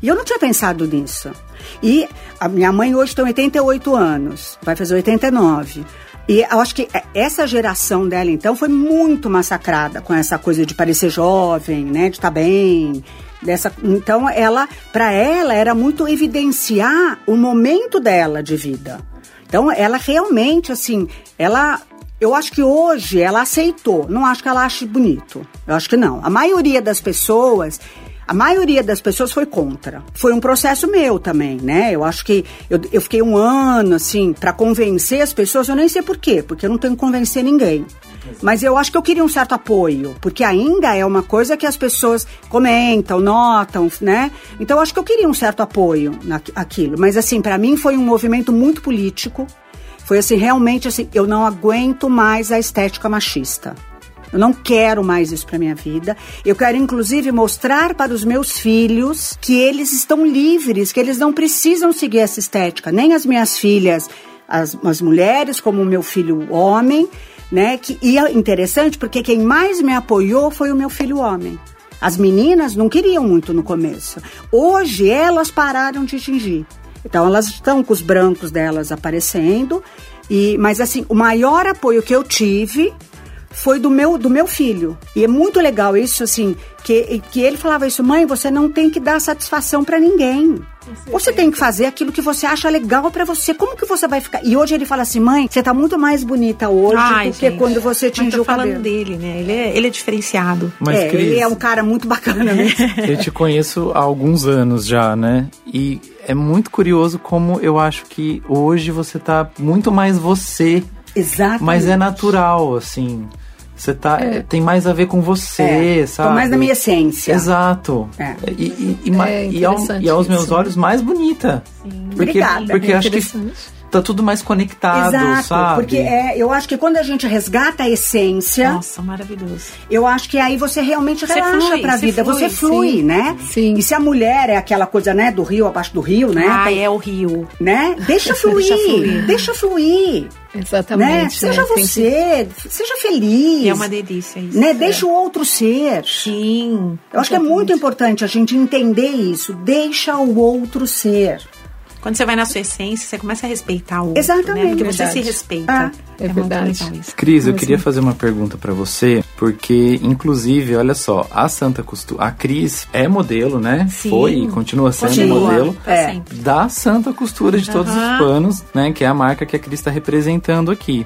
Speaker 4: E eu não tinha pensado nisso. E a minha mãe hoje tem oitenta e oito anos, vai fazer oitenta e nove. E eu acho que essa geração dela, então, foi muito massacrada com essa coisa de parecer jovem, né, de estar bem. Dessa, então, ela, para ela, era muito evidenciar o momento dela de vida. Então, ela realmente, assim, ela... Eu acho que hoje ela aceitou. Não acho que ela ache bonito. Eu acho que não. A maioria das pessoas... A maioria das pessoas foi contra. Foi um processo meu também, né? Eu acho que eu, eu fiquei um ano, assim, pra convencer as pessoas. Eu nem sei por quê, porque eu não tenho que convencer ninguém. Mas eu acho que eu queria um certo apoio, porque ainda é uma coisa que as pessoas comentam, notam, né? Então eu acho que eu queria um certo apoio naquilo. Mas, assim, pra mim foi um movimento muito político. Foi, assim, realmente, assim, eu não aguento mais a estética machista. Eu não quero mais isso para minha vida. Eu quero, inclusive, mostrar para os meus filhos que eles estão livres, que eles não precisam seguir essa estética. Nem as minhas filhas, as, as mulheres, como o meu filho homem, né? Que, e é interessante porque quem mais me apoiou foi o meu filho homem. As meninas não queriam muito no começo. Hoje, elas pararam de tingir. Então, elas estão com os brancos delas aparecendo. E, mas, assim, o maior apoio que eu tive... foi do meu, do meu filho. E é muito legal isso, assim, que, que ele falava isso, mãe, você não tem que dar satisfação pra ninguém. Você tem que fazer aquilo que você acha legal pra você. Como que você vai ficar? E hoje ele fala assim, mãe, você tá muito mais bonita hoje
Speaker 6: Ai,
Speaker 4: do que
Speaker 6: gente,
Speaker 4: quando você tingiu o cabelo.
Speaker 6: falando dele, né? Ele é, ele é diferenciado.
Speaker 3: Mas,
Speaker 4: é,
Speaker 3: Cris,
Speaker 4: ele é um cara muito bacana mesmo.
Speaker 3: Eu te conheço há alguns anos já, né? E é muito curioso como eu acho que hoje você tá muito mais você.
Speaker 4: Exatamente.
Speaker 3: Mas é natural, assim. Você tá, é. tem mais a ver com você,
Speaker 4: é.
Speaker 3: sabe?
Speaker 4: Tô mais na minha essência.
Speaker 3: Exato.
Speaker 4: É.
Speaker 3: E, e, e,
Speaker 5: é
Speaker 3: e, ao, e aos meus
Speaker 5: isso.
Speaker 3: olhos, mais bonita.
Speaker 4: Sim.
Speaker 3: Porque,
Speaker 4: Obrigada.
Speaker 3: porque
Speaker 5: é
Speaker 3: acho que tá tudo mais conectado,
Speaker 4: Exato,
Speaker 3: sabe?
Speaker 4: porque é, eu acho que quando a gente resgata a essência...
Speaker 6: Nossa, maravilhoso.
Speaker 4: Eu acho que aí você realmente
Speaker 6: você
Speaker 4: relaxa
Speaker 6: flui,
Speaker 4: pra vida,
Speaker 6: flui,
Speaker 4: você flui,
Speaker 5: sim,
Speaker 4: né?
Speaker 5: Sim.
Speaker 4: E se a mulher é aquela coisa, né, do rio, abaixo do rio, né?
Speaker 6: Ah,
Speaker 4: Então,
Speaker 6: é o rio.
Speaker 4: né? Deixa fluir,
Speaker 6: Deixa fluir.
Speaker 4: deixa fluir.
Speaker 5: Exatamente.
Speaker 4: Né? Seja
Speaker 5: é, tem
Speaker 4: você,
Speaker 5: que...
Speaker 4: seja feliz.
Speaker 6: E é uma delícia isso.
Speaker 4: Né? Deixa o outro ser.
Speaker 6: Sim.
Speaker 4: Eu acho que é muito importante a gente entender isso. Deixa o outro ser.
Speaker 6: Quando você vai na sua essência, você começa a respeitar o outro,
Speaker 4: Exatamente.
Speaker 6: né? Porque você
Speaker 5: Verdade.
Speaker 6: se respeita.
Speaker 4: Ah,
Speaker 5: é
Speaker 6: muito
Speaker 5: verdade.
Speaker 6: legal isso.
Speaker 3: Cris, eu queria fazer uma pergunta pra você, porque, inclusive, olha só, a Santa Costura, a Cris é modelo, né?
Speaker 6: Sim.
Speaker 3: Foi e continua sendo
Speaker 6: Continua,
Speaker 3: modelo
Speaker 6: pra
Speaker 4: É.
Speaker 6: sempre.
Speaker 3: da Santa Costura de todos
Speaker 6: Aham.
Speaker 3: os panos, né? Que é a marca que a Cris está representando aqui.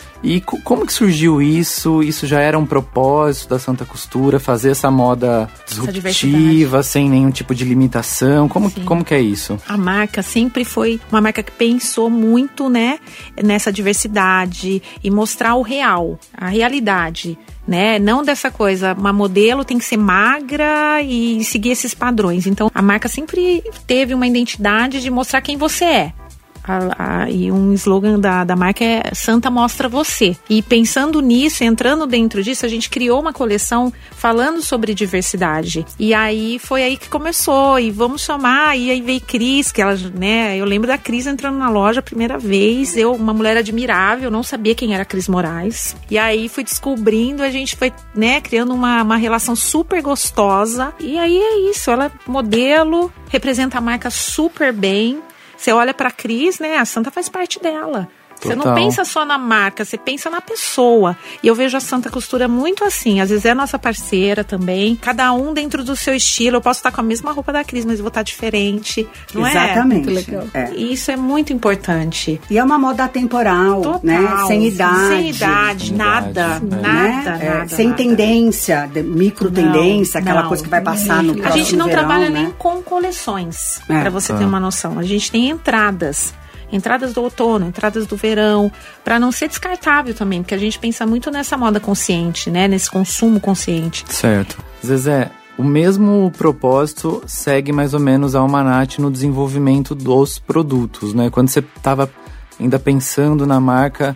Speaker 3: E co- como que surgiu isso? Isso já era um propósito da Santa Costura, fazer essa moda disruptiva, sem nenhum tipo de limitação? Como,
Speaker 6: Sim.
Speaker 3: como que é isso?
Speaker 6: A marca sempre foi uma marca que pensou muito, né, nessa diversidade e mostrar o real, a realidade, né? Não dessa coisa, uma modelo tem que ser magra e seguir esses padrões. Então, a marca sempre teve uma identidade de mostrar quem você é. A, a, e um slogan da, da marca é Santa Mostra Você. E pensando nisso, entrando dentro disso, a gente criou uma coleção falando sobre diversidade. E aí foi aí que começou. E vamos chamar, e aí veio Cris, que ela, né? Eu lembro da Cris entrando na loja a primeira vez. Eu, uma mulher admirável, não sabia quem era a Cris Moraes. E aí fui descobrindo, a gente foi, né, criando uma, uma relação super gostosa. E aí é isso, ela é modelo, representa a marca super bem. Você olha pra Cris, né? A Santa faz parte dela. Você
Speaker 3: Total.
Speaker 6: não pensa só na marca, você pensa na pessoa. E eu vejo a Santa Costura muito assim. Às vezes é nossa parceira também. Cada um dentro do seu estilo. Eu posso estar com a mesma roupa da Cris, mas eu vou estar diferente. Não
Speaker 4: Exatamente.
Speaker 6: é?
Speaker 5: Muito legal.
Speaker 4: É.
Speaker 6: E isso é muito importante.
Speaker 4: E é uma moda atemporal,
Speaker 6: Total.
Speaker 4: né? Sem idade.
Speaker 6: Sem idade,
Speaker 3: Sem
Speaker 6: nada.
Speaker 3: idade, né?
Speaker 6: Nada,
Speaker 4: né? É,
Speaker 6: nada.
Speaker 4: sem
Speaker 6: nada.
Speaker 4: tendência, de- micro tendência,
Speaker 6: Não,
Speaker 4: aquela
Speaker 6: não.
Speaker 4: coisa que vai passar no
Speaker 5: A
Speaker 4: próximo
Speaker 6: A gente não
Speaker 4: verão,
Speaker 6: trabalha
Speaker 4: né?
Speaker 6: nem com coleções,
Speaker 4: É.
Speaker 6: pra você
Speaker 3: Ah.
Speaker 6: ter uma noção. A gente tem entradas. Entradas do outono, entradas do verão, pra não ser descartável também, porque a gente pensa muito nessa moda consciente, né? Nesse consumo consciente.
Speaker 3: Certo. Zezé, o mesmo propósito segue mais ou menos a Almanach no desenvolvimento dos produtos, né? Quando você estava ainda pensando na marca,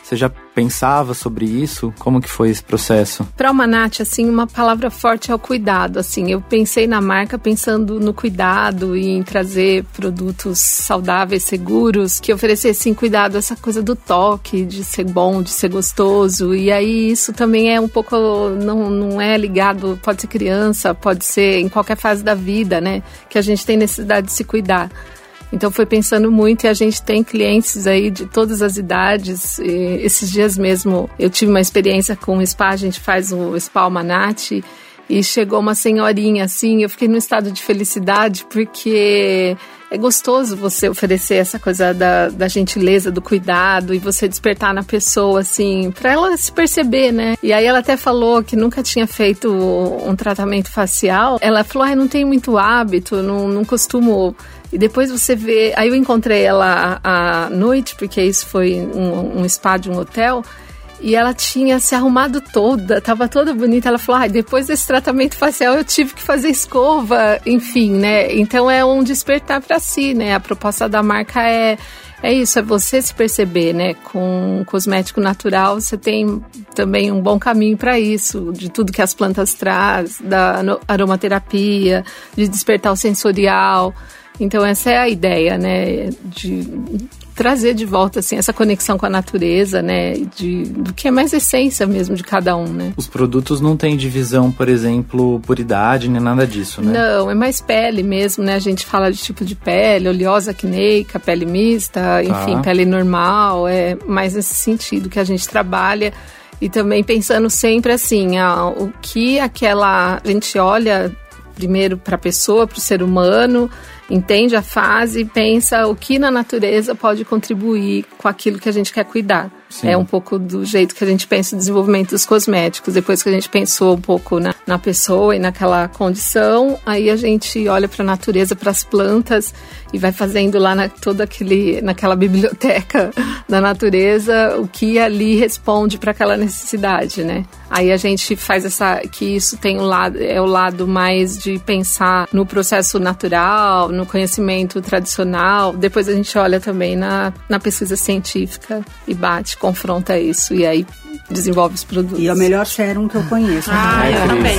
Speaker 3: Você já pensava sobre isso? Como que foi esse processo?
Speaker 5: Para uma Nath, assim, uma palavra forte é o cuidado, assim. Eu pensei na marca pensando no cuidado e em trazer produtos saudáveis, seguros, que oferecessem cuidado, essa coisa do toque, de ser bom, de ser gostoso. E aí isso também é um pouco, não, não é ligado, pode ser criança, pode ser em qualquer fase da vida, né? Que a gente tem necessidade de se cuidar. Então foi pensando muito, e a gente tem clientes aí de todas as idades. E esses dias mesmo eu tive uma experiência com o spa, a gente faz o Spa Almanate, e chegou uma senhorinha assim, eu fiquei num estado de felicidade, porque é gostoso você oferecer essa coisa da, da gentileza, do cuidado, e você despertar na pessoa, assim, pra ela se perceber, né? E aí ela até falou que nunca tinha feito um tratamento facial. Ela falou, ah, eu não tenho muito hábito, não, não costumo... E depois você vê... Aí eu encontrei ela à noite, porque isso foi um, um spa de um hotel, e ela tinha se arrumado toda, tava toda bonita. Ela falou, ah, depois desse tratamento facial eu tive que fazer escova, enfim, né? Então é um despertar para si, né? A proposta da marca é, é isso, é você se perceber, né? Com um cosmético natural você tem também um bom caminho para isso, de tudo que as plantas trazem, da aromaterapia, de despertar o sensorial. Então essa é a ideia, né, de trazer de volta, assim, essa conexão com a natureza, né, de, do que é mais essência mesmo de cada um, né.
Speaker 3: Os produtos não têm divisão, por exemplo, por idade, nem nada disso, né?
Speaker 5: Não, é mais pele mesmo, né, a gente fala de tipo de pele, oleosa, acneica, pele mista, enfim, tá. Pele normal, é mais nesse sentido que a gente trabalha. E também pensando sempre assim, ah, o que aquela, a gente olha primeiro para a pessoa, para o ser humano, entende a fase e pensa o que na natureza pode contribuir com aquilo que a gente quer cuidar. Sim. É um pouco do jeito que a gente pensa o desenvolvimento dos cosméticos. Depois que a gente pensou um pouco na, na pessoa e naquela condição, aí a gente olha para a natureza, para as plantas e vai fazendo lá na, todo aquele, naquela biblioteca da natureza o que ali responde para aquela necessidade, né? Aí a gente faz essa, que isso tem um lado, é o lado mais de pensar no processo natural, no conhecimento tradicional. Depois a gente olha também na, na pesquisa científica e bate, confronta isso e aí desenvolve os produtos.
Speaker 4: E é o melhor sérum que eu conheço.
Speaker 6: Ah,
Speaker 4: né?
Speaker 6: eu também.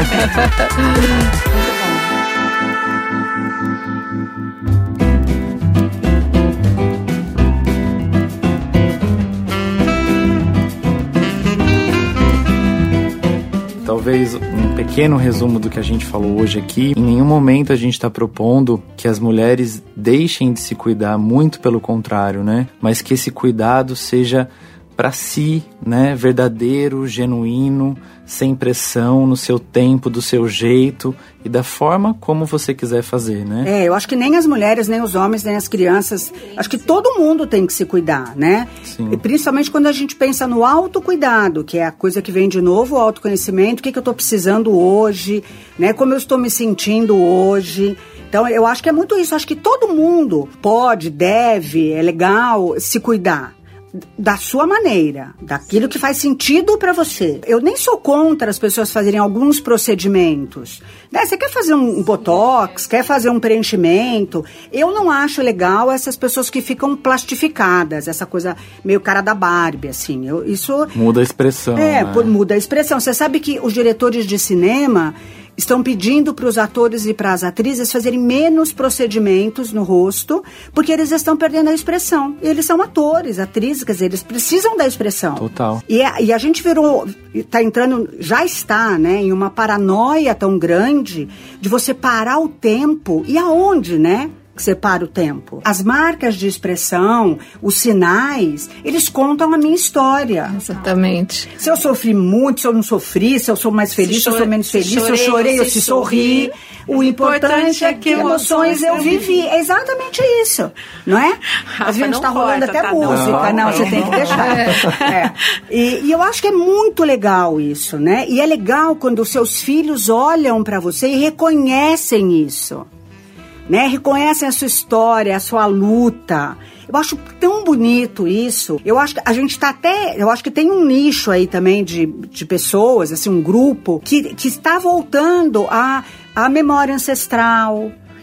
Speaker 3: Talvez um pequeno resumo do que a gente falou hoje aqui. Em nenhum momento a gente está propondo que as mulheres deixem de se cuidar, muito pelo contrário, né? Mas que esse cuidado seja para si, né? Verdadeiro, genuíno, sem pressão, no seu tempo, do seu jeito e da forma como você quiser fazer, né?
Speaker 4: É, eu acho que nem as mulheres, nem os homens, nem as crianças, acho que todo mundo tem que se cuidar, né?
Speaker 3: Sim.
Speaker 4: E principalmente quando a gente pensa no autocuidado, que é a coisa que vem de novo, o autoconhecimento, o que, que eu estou precisando hoje, né? Como eu estou me sentindo hoje. Então, eu acho que é muito isso, acho que todo mundo pode, deve, é legal se cuidar. Da sua maneira, daquilo que faz sentido para você. Eu nem sou contra as pessoas fazerem alguns procedimentos, né? Você quer fazer um botox, quer fazer um preenchimento, eu não acho legal essas pessoas que ficam plastificadas, essa coisa meio cara da Barbie, assim, eu, isso...
Speaker 3: Muda a expressão,
Speaker 4: É,
Speaker 3: né?
Speaker 4: muda a expressão. Você sabe que os diretores de cinema estão pedindo para os atores e para as atrizes fazerem menos procedimentos no rosto, porque eles estão perdendo a expressão. Eles são atores, atrizes, quer dizer, eles precisam da expressão.
Speaker 3: Total.
Speaker 4: E a, e a gente virou, está entrando, já está, né, em uma paranoia tão grande de você parar o tempo. E aonde, né? Que separa o tempo. As marcas de expressão, os sinais, eles contam a minha história.
Speaker 5: Exatamente.
Speaker 4: Se eu sofri muito, se eu não sofri, se eu sou mais feliz, se, se eu sou menos feliz, se, se eu chorei ou se, se sorri. O importante é que emoções eu vivi. É exatamente isso, não é? A gente está rolando até
Speaker 6: tá
Speaker 4: música. Não, não, você tem que deixar. É. E, e eu acho que é muito legal isso, né? E é legal quando os seus filhos olham para você e reconhecem isso. Né? Reconhecem a sua história, a sua luta. Eu acho tão bonito isso. Eu acho que a gente tá até... Eu acho que tem um nicho aí também de, de pessoas, assim, um grupo, que, que está voltando à, à memória ancestral,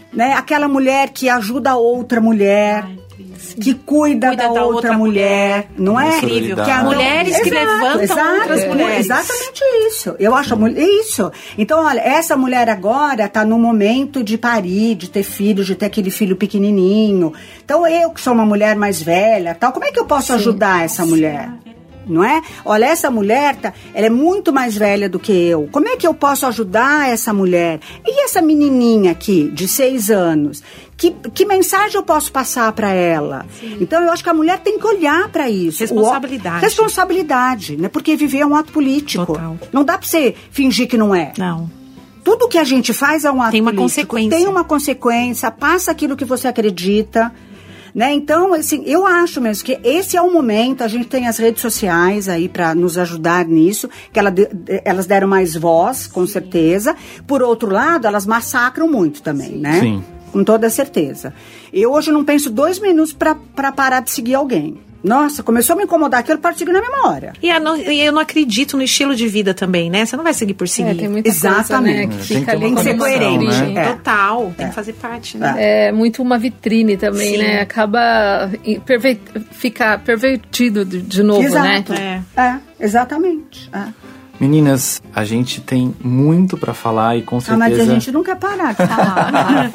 Speaker 4: né? Aquela mulher que ajuda outra mulher. Ai. Que cuida, cuida da, da outra, outra mulher, mulher, não é?
Speaker 6: Incrível.
Speaker 4: Que a,
Speaker 6: mulheres
Speaker 4: não,
Speaker 6: que
Speaker 4: exato,
Speaker 6: levantam
Speaker 4: exato,
Speaker 6: outras
Speaker 4: é,
Speaker 6: mulheres.
Speaker 4: Exatamente isso. Eu acho hum. isso. Então, olha, essa mulher agora está no momento de parir, de ter filhos, de ter aquele filho pequenininho. Então, eu que sou uma mulher mais velha, tal, como é que eu posso Sim. ajudar essa mulher? Não é? Olha, essa mulher, tá, ela é muito mais velha do que eu. Como é que eu posso ajudar essa mulher? E essa menininha aqui, de seis anos, que, que mensagem eu posso passar para ela? Sim. Então, eu acho que a mulher tem que olhar para isso.
Speaker 6: Responsabilidade.
Speaker 4: O, responsabilidade, né? Porque viver é um ato político.
Speaker 6: Total.
Speaker 4: Não dá para você fingir que não é.
Speaker 6: Não.
Speaker 4: Tudo que a gente faz é um ato
Speaker 6: tem uma
Speaker 4: político.
Speaker 6: Consequência.
Speaker 4: Tem uma consequência, passa aquilo que você acredita. Né? Então, assim, eu acho mesmo que esse é o momento, a gente tem as redes sociais aí para nos ajudar nisso, que ela, elas deram mais voz, com certeza. Por outro lado, elas massacram muito também, né?
Speaker 3: Sim.
Speaker 4: Com toda certeza. Eu hoje não penso dois minutos para parar de seguir alguém. Nossa, começou a me incomodar aquilo, para seguir na mesma hora.
Speaker 6: E eu, não, eu não acredito no estilo de vida também, né? Você não vai seguir por seguir.
Speaker 5: É, tem muita
Speaker 4: Exatamente.
Speaker 5: Coisa, né, que
Speaker 3: é,
Speaker 5: fica
Speaker 3: tem
Speaker 5: ali
Speaker 3: que
Speaker 4: ser coerente.
Speaker 3: Né?
Speaker 6: É. Total, tem
Speaker 4: é.
Speaker 6: que fazer parte, né?
Speaker 5: É muito uma vitrine também,
Speaker 6: Sim.
Speaker 5: né? Acaba perver... fica pervertido de, de novo,
Speaker 4: Exato.
Speaker 5: né?
Speaker 4: É, é exatamente. É.
Speaker 3: Meninas, a gente tem muito pra falar e com certeza...
Speaker 4: Ah, mas a gente não quer parar de falar.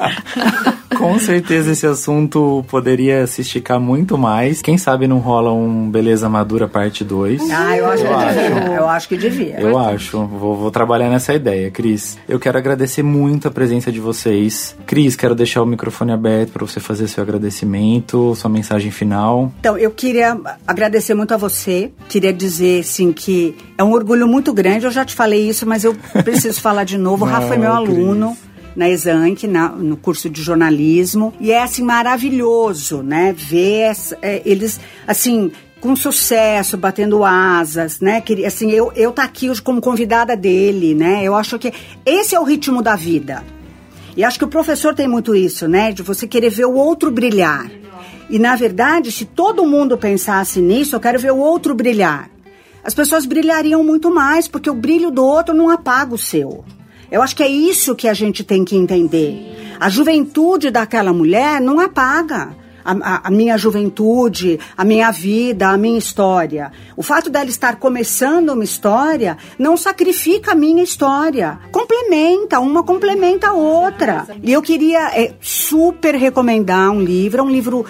Speaker 3: Com certeza esse assunto poderia se esticar muito mais. Quem sabe não rola um Beleza Madura parte dois?
Speaker 4: Ah, eu acho
Speaker 3: eu
Speaker 4: que
Speaker 3: acho.
Speaker 4: devia. Eu acho que devia.
Speaker 3: Eu acho. Vou, vou trabalhar nessa ideia, Cris. Eu quero agradecer muito a presença de vocês. Cris, quero deixar o microfone aberto para você fazer seu agradecimento, sua mensagem final.
Speaker 4: Então, eu queria agradecer muito a você. Queria dizer, assim, que é um orgulho muito grande. Eu já te falei isso, mas eu preciso falar de novo. O Rafa foi meu aluno. Cris. Na Exanc, na, no curso de jornalismo, e é assim maravilhoso, né, ver é, eles assim com sucesso, batendo asas, né, que, assim, eu, eu tá aqui hoje como convidada dele, né, eu acho que esse é o ritmo da vida, e acho que o professor tem muito isso, né, de você querer ver o outro brilhar, e na verdade, se todo mundo pensasse nisso, eu quero ver o outro brilhar, as pessoas brilhariam muito mais, porque o brilho do outro não apaga o seu. Eu acho que é isso que a gente tem que entender. A juventude daquela mulher não apaga a, a, a minha juventude, a minha vida, a minha história. O fato dela estar começando uma história não sacrifica a minha história. Complementa, uma complementa a outra. E eu queria é, super recomendar um livro, é um livro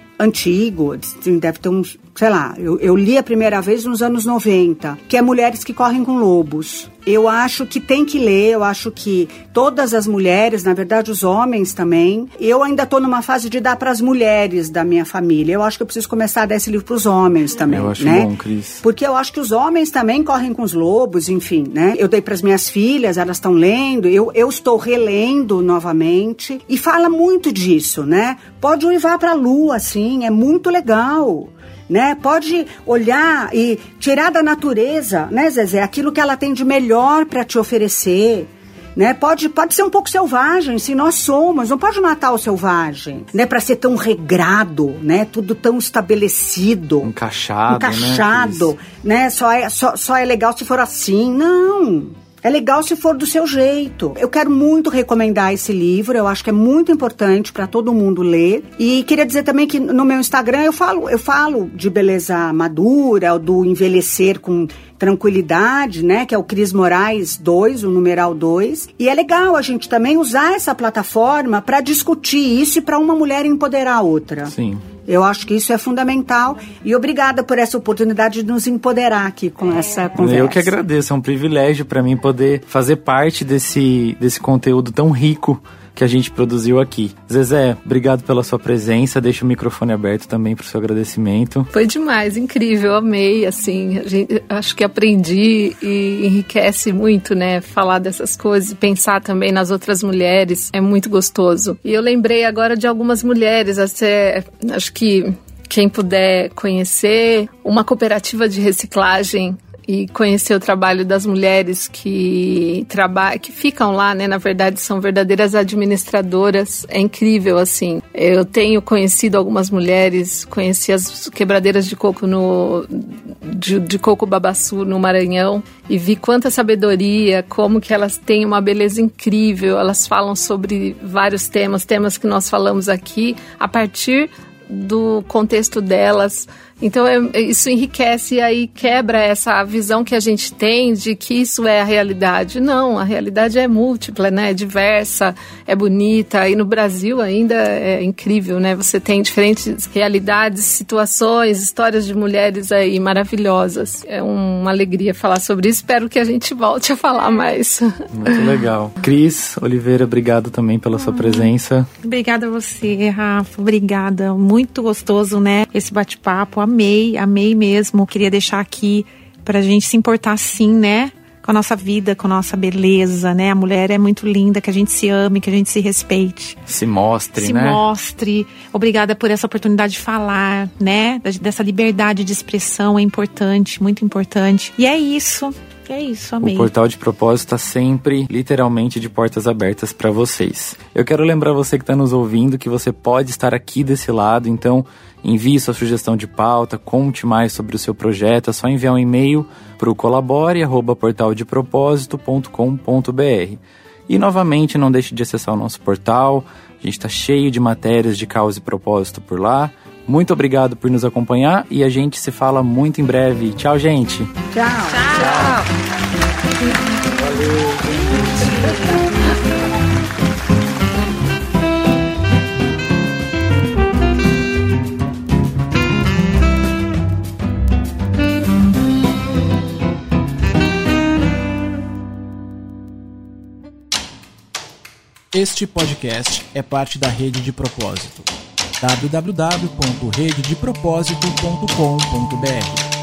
Speaker 4: antigo, deve ter uns, sei lá, eu, eu li a primeira vez nos anos noventa, que é Mulheres que Correm com Lobos. Eu acho que tem que ler, eu acho que todas as mulheres, na verdade os homens também, eu ainda estou numa fase de dar para as mulheres da minha família, eu acho que eu preciso começar a dar esse livro para os homens também,
Speaker 3: eu acho
Speaker 4: né?
Speaker 3: Bom, Cris.
Speaker 4: Porque eu acho que os homens também correm com os lobos, enfim, né? Eu dei para as minhas filhas, elas estão lendo, eu, eu estou relendo novamente, e fala muito disso, né? Pode uivar para a lua, assim, é muito legal. Né? Pode olhar e tirar da natureza, né, Zezé, aquilo que ela tem de melhor para te oferecer, né? Pode, pode ser um pouco selvagem, se nós somos, não pode matar o selvagem, né? Para ser tão regrado, né? Tudo tão estabelecido,
Speaker 3: encaixado,
Speaker 4: encaixado, né? né? Só é, só, só é legal se for assim, não. É legal se for do seu jeito. Eu quero muito recomendar esse livro, eu acho que é muito importante para todo mundo ler. E queria dizer também que no meu Instagram eu falo, eu falo de beleza madura, do envelhecer com tranquilidade, né? Que é o Cris Moraes dois, o numeral dois. E é legal a gente também usar essa plataforma para discutir isso e para uma mulher empoderar a outra.
Speaker 3: Sim.
Speaker 4: Eu acho que isso é fundamental e obrigada por essa oportunidade de nos empoderar aqui com essa conversa.
Speaker 3: Eu que agradeço, é um privilégio para mim poder fazer parte desse, desse conteúdo tão rico que a gente produziu aqui. Zezé, obrigado pela sua presença, deixa o microfone aberto também para o seu agradecimento.
Speaker 5: Foi demais, incrível, amei, assim, a gente, acho que aprendi e enriquece muito, né, falar dessas coisas e pensar também nas outras mulheres, é muito gostoso. E eu lembrei agora de algumas mulheres, até, acho que quem puder conhecer, uma cooperativa de reciclagem e conhecer o trabalho das mulheres que trabalham, que ficam lá, né? Na verdade, são verdadeiras administradoras. É incrível, assim. Eu tenho conhecido algumas mulheres, conheci as quebradeiras de coco no de, de coco babaçu no Maranhão e vi quanta sabedoria, como que elas têm uma beleza incrível. Elas falam sobre vários temas, temas que nós falamos aqui, a partir do contexto delas. Então é, isso enriquece e aí quebra essa visão que a gente tem de que isso é a realidade. Não, a realidade é múltipla, né? É diversa, é bonita. E no Brasil ainda é incrível, né? Você tem diferentes realidades, situações, histórias de mulheres aí maravilhosas. É uma alegria falar sobre isso. Espero que a gente volte a falar mais.
Speaker 3: Muito legal. Cris Oliveira, obrigado também pela sua presença.
Speaker 6: Obrigada a você, Rafa. Obrigada. Muito gostoso, né? Esse bate-papo. Amei, amei mesmo. Queria deixar aqui pra gente se importar sim, né? Com a nossa vida, com a nossa beleza, né? A mulher é muito linda, que a gente se ame, que a gente se respeite.
Speaker 3: Se mostre,
Speaker 6: se
Speaker 3: né?
Speaker 6: Se mostre. Obrigada por essa oportunidade de falar, né? Dessa liberdade de expressão é importante, muito importante. E é isso. É isso, amei.
Speaker 3: O Portal de Propósito está sempre, literalmente, de portas abertas para vocês. Eu quero lembrar você que está nos ouvindo que você pode estar aqui desse lado, então envie sua sugestão de pauta, conte mais sobre o seu projeto, é só enviar um e-mail para o colabore arroba portal de propósito ponto com ponto b r. E, novamente, não deixe de acessar o nosso portal, a gente está cheio de matérias de causa e propósito por lá. Muito obrigado por nos acompanhar e a gente se fala muito em breve. Tchau, gente.
Speaker 4: Tchau.
Speaker 5: Tchau.
Speaker 3: Valeu.
Speaker 1: Este podcast é parte da Rede de Propósito. w w w ponto rede de propósito ponto com ponto b r